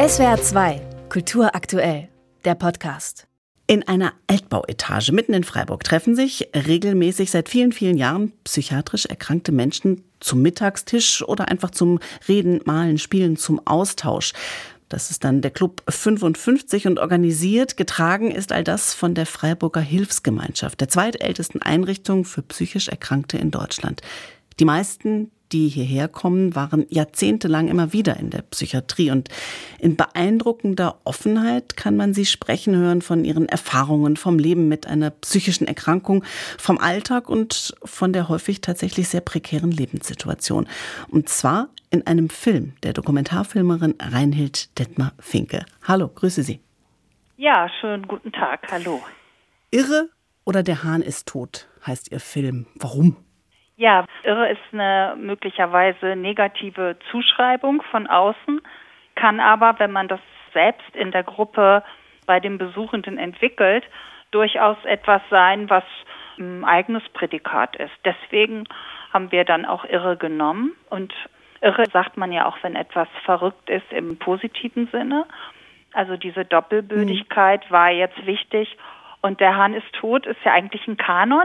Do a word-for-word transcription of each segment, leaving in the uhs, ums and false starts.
S W R zwei, Kultur aktuell, der Podcast. In einer Altbauetage mitten in Freiburg treffen sich regelmäßig seit vielen, vielen Jahren psychiatrisch erkrankte Menschen zum Mittagstisch oder einfach zum Reden, Malen, Spielen, zum Austausch. Das ist dann der Club fünfundfünfzig und organisiert, getragen ist all das von der Freiburger Hilfsgemeinschaft, der zweitältesten Einrichtung für psychisch Erkrankte in Deutschland. Die meisten, die hierher kommen, waren jahrzehntelang immer wieder in der Psychiatrie und in beeindruckender Offenheit kann man sie sprechen hören von ihren Erfahrungen, vom Leben mit einer psychischen Erkrankung, vom Alltag und von der häufig tatsächlich sehr prekären Lebenssituation. Und zwar in einem Film der Dokumentarfilmerin Reinhild Detmer-Finke. Hallo, grüße Sie. Ja, schönen guten Tag, hallo. Irre oder der Hahn ist tot, heißt Ihr Film. Warum? Ja, Irre ist eine möglicherweise negative Zuschreibung von außen, kann aber, wenn man das selbst in der Gruppe bei den Besuchenden entwickelt, durchaus etwas sein, was ein eigenes Prädikat ist. Deswegen haben wir dann auch Irre genommen. Und Irre sagt man ja auch, wenn etwas verrückt ist im positiven Sinne. Also diese Doppelbödigkeit mhm. war jetzt wichtig. Und der Hahn ist tot ist ja eigentlich ein Kanon,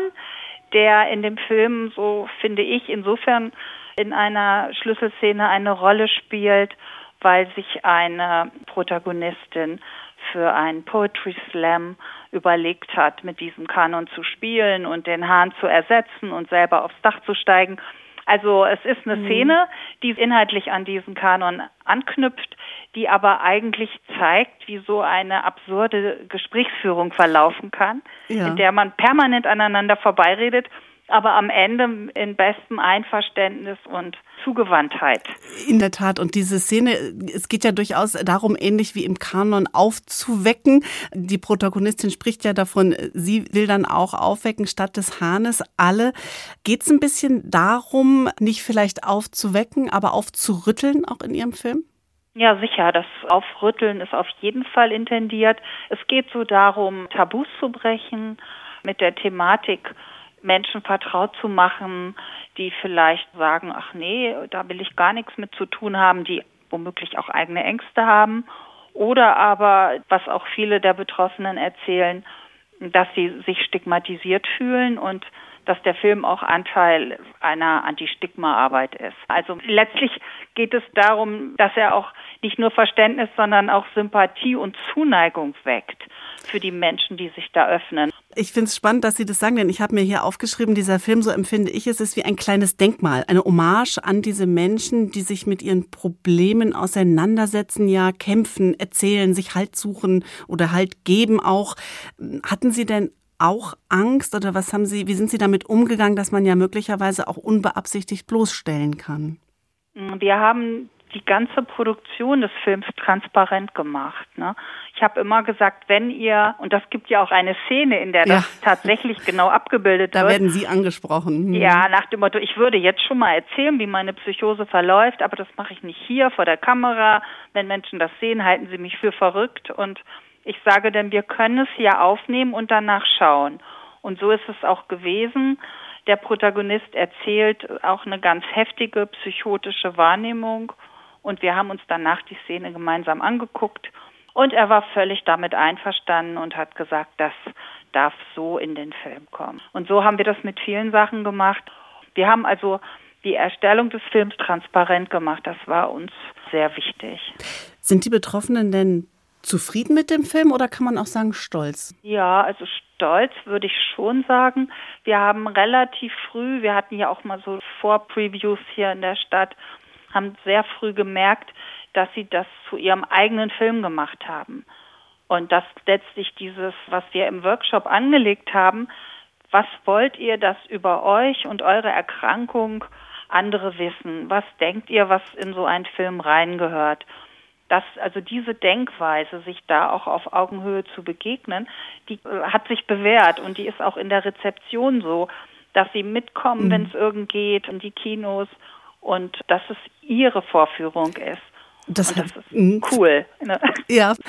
der in dem Film, so finde ich, insofern in einer Schlüsselszene eine Rolle spielt, weil sich eine Protagonistin für einen Poetry Slam überlegt hat, mit diesem Kanon zu spielen und den Hahn zu ersetzen und selber aufs Dach zu steigen. Also es ist eine Szene, die inhaltlich an diesen Kanon anknüpft, die aber eigentlich zeigt, wie so eine absurde Gesprächsführung verlaufen kann, ja. in der man permanent aneinander vorbeiredet, aber am Ende in bestem Einverständnis und Zugewandtheit. In der Tat. Und diese Szene, es geht ja durchaus darum, ähnlich wie im Kanon aufzuwecken. Die Protagonistin spricht ja davon, sie will dann auch aufwecken statt des Hahnes alle. Geht es ein bisschen darum, nicht vielleicht aufzuwecken, aber aufzurütteln, auch in Ihrem Film? Ja, sicher. Das Aufrütteln ist auf jeden Fall intendiert. Es geht so darum, Tabus zu brechen, mit der Thematik Menschen vertraut zu machen, die vielleicht sagen, ach nee, da will ich gar nichts mit zu tun haben, die womöglich auch eigene Ängste haben. Oder aber, was auch viele der Betroffenen erzählen, dass sie sich stigmatisiert fühlen und dass der Film auch Anteil einer Anti-Stigma-Arbeit ist. Also letztlich geht es darum, dass er auch nicht nur Verständnis, sondern auch Sympathie und Zuneigung weckt für die Menschen, die sich da öffnen. Ich finde es spannend, dass Sie das sagen, denn ich habe mir hier aufgeschrieben, dieser Film, so empfinde ich es, ist wie ein kleines Denkmal, eine Hommage an diese Menschen, die sich mit ihren Problemen auseinandersetzen, ja, kämpfen, erzählen, sich Halt suchen oder Halt geben auch. Hatten Sie denn auch Angst oder was haben Sie, wie sind Sie damit umgegangen, dass man ja möglicherweise auch unbeabsichtigt bloßstellen kann? Wir haben die ganze Produktion des Films transparent gemacht. Ne? Ich habe immer gesagt, wenn ihr, und das gibt ja auch eine Szene, in der ja. das tatsächlich genau abgebildet da wird. Da werden Sie angesprochen. Hm. Ja, nach dem Motto, ich würde jetzt schon mal erzählen, wie meine Psychose verläuft, aber das mache ich nicht hier vor der Kamera. Wenn Menschen das sehen, halten sie mich für verrückt. Und ich sage dann, wir können es hier aufnehmen und danach schauen. Und so ist es auch gewesen. Der Protagonist erzählt auch eine ganz heftige psychotische Wahrnehmung. Und wir haben uns danach die Szene gemeinsam angeguckt. Und er war völlig damit einverstanden und hat gesagt, das darf so in den Film kommen. Und so haben wir das mit vielen Sachen gemacht. Wir haben also die Erstellung des Films transparent gemacht. Das war uns sehr wichtig. Sind die Betroffenen denn zufrieden mit dem Film oder kann man auch sagen stolz? Ja, also stolz würde ich schon sagen. Wir haben relativ früh, wir hatten ja auch mal so Vorpreviews hier in der Stadt, haben sehr früh gemerkt, dass sie das zu ihrem eigenen Film gemacht haben. Und dass letztlich dieses, was wir im Workshop angelegt haben, was wollt ihr, dass über euch und eure Erkrankung andere wissen? Was denkt ihr, was in so einen Film reingehört? Dass also diese Denkweise, sich da auch auf Augenhöhe zu begegnen, die hat sich bewährt und die ist auch in der Rezeption so, dass sie mitkommen, mhm. wenn es irgend geht, in die Kinos und dass es ihre Vorführung ist. Das, und das ist cool. Ne? Ja.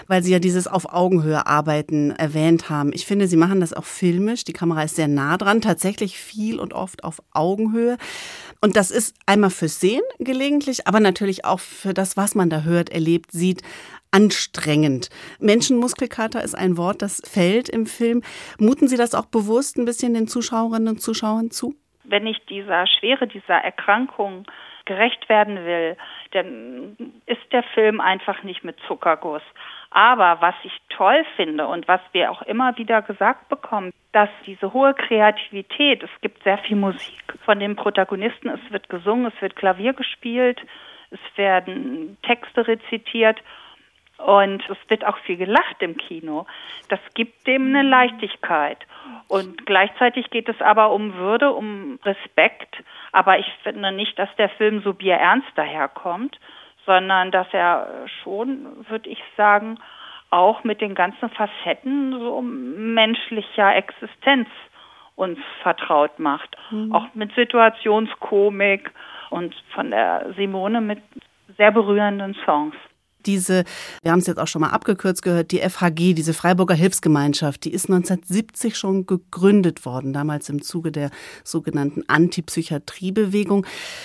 weil Sie ja dieses auf Augenhöhe arbeiten erwähnt haben. Ich finde, Sie machen das auch filmisch. Die Kamera ist sehr nah dran, tatsächlich viel und oft auf Augenhöhe. Und das ist einmal fürs Sehen gelegentlich, aber natürlich auch für das, was man da hört, erlebt, sieht, anstrengend. Menschenmuskelkater ist ein Wort, das fällt im Film. Muten Sie das auch bewusst ein bisschen den Zuschauerinnen und Zuschauern zu? Wenn ich dieser Schwere dieser Erkrankung gerecht werden will, dann ist der Film einfach nicht mit Zuckerguss. Aber was ich toll finde und was wir auch immer wieder gesagt bekommen, dass diese hohe Kreativität, es gibt sehr viel Musik von den Protagonisten, es wird gesungen, es wird Klavier gespielt, es werden Texte rezitiert und es wird auch viel gelacht im Kino. Das gibt dem eine Leichtigkeit. Und gleichzeitig geht es aber um Würde, um Respekt. Aber ich finde nicht, dass der Film so bierernst daherkommt, sondern dass er schon, würde ich sagen, auch mit den ganzen Facetten so menschlicher Existenz uns vertraut macht. Mhm. Auch mit Situationskomik und von der Simone mit sehr berührenden Songs. Diese, wir haben es jetzt auch schon mal abgekürzt gehört, die F H G, diese Freiburger Hilfsgemeinschaft, die ist neunzehnhundertsiebzig schon gegründet worden, damals im Zuge der sogenannten Antipsychiatriebewegung.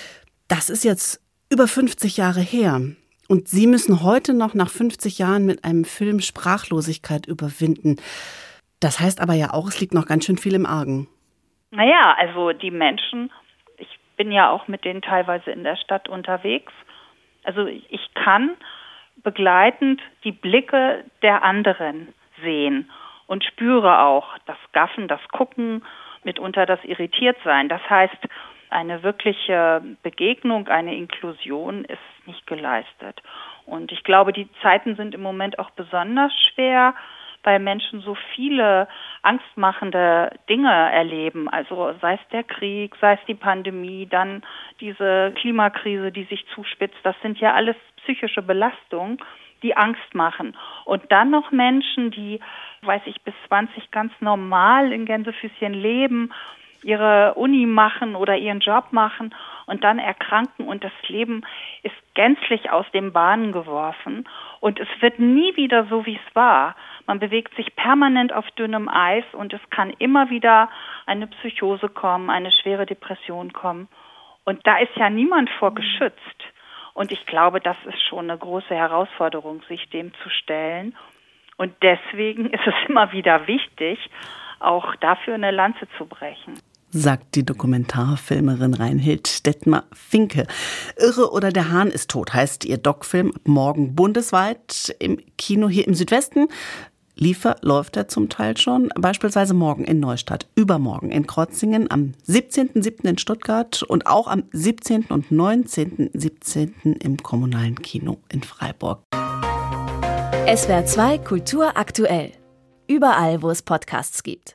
Das ist jetzt über fünfzig Jahre her. Und Sie müssen heute noch nach fünfzig Jahren mit einem Film Sprachlosigkeit überwinden. Das heißt aber ja auch, es liegt noch ganz schön viel im Argen. Naja, also die Menschen, ich bin ja auch mit denen teilweise in der Stadt unterwegs. Also ich kann begleitend die Blicke der anderen sehen und spüre auch das Gaffen, das Gucken, mitunter das Irritiertsein. Das heißt, eine wirkliche Begegnung, eine Inklusion ist nicht geleistet. Und ich glaube, die Zeiten sind im Moment auch besonders schwer, weil Menschen so viele angstmachende Dinge erleben. Also sei es der Krieg, sei es die Pandemie, dann diese Klimakrise, die sich zuspitzt. Das sind ja alles psychische Belastungen, die Angst machen. Und dann noch Menschen, die, weiß ich, bis zwanzig ganz normal in Gänsefüßchen leben, ihre Uni machen oder ihren Job machen und dann erkranken und das Leben ist gänzlich aus den Bahnen geworfen und es wird nie wieder so, wie es war. Man bewegt sich permanent auf dünnem Eis und es kann immer wieder eine Psychose kommen, eine schwere Depression kommen. Und da ist ja niemand vor geschützt. Und ich glaube, das ist schon eine große Herausforderung, sich dem zu stellen. Und deswegen ist es immer wieder wichtig, auch dafür eine Lanze zu brechen. Sagt die Dokumentarfilmerin Reinhild Detmer-Finke. Irre oder der Hahn ist tot heißt ihr Doc-Film ab morgen bundesweit im Kino hier im Südwesten. Liefer läuft er zum Teil schon, beispielsweise morgen in Neustadt, übermorgen in Krotzingen, am siebzehnten siebten in Stuttgart und auch am siebzehnten und neunzehnten siebzehnten im Kommunalen Kino in Freiburg. S W R zwei Kultur aktuell. Überall, wo es Podcasts gibt.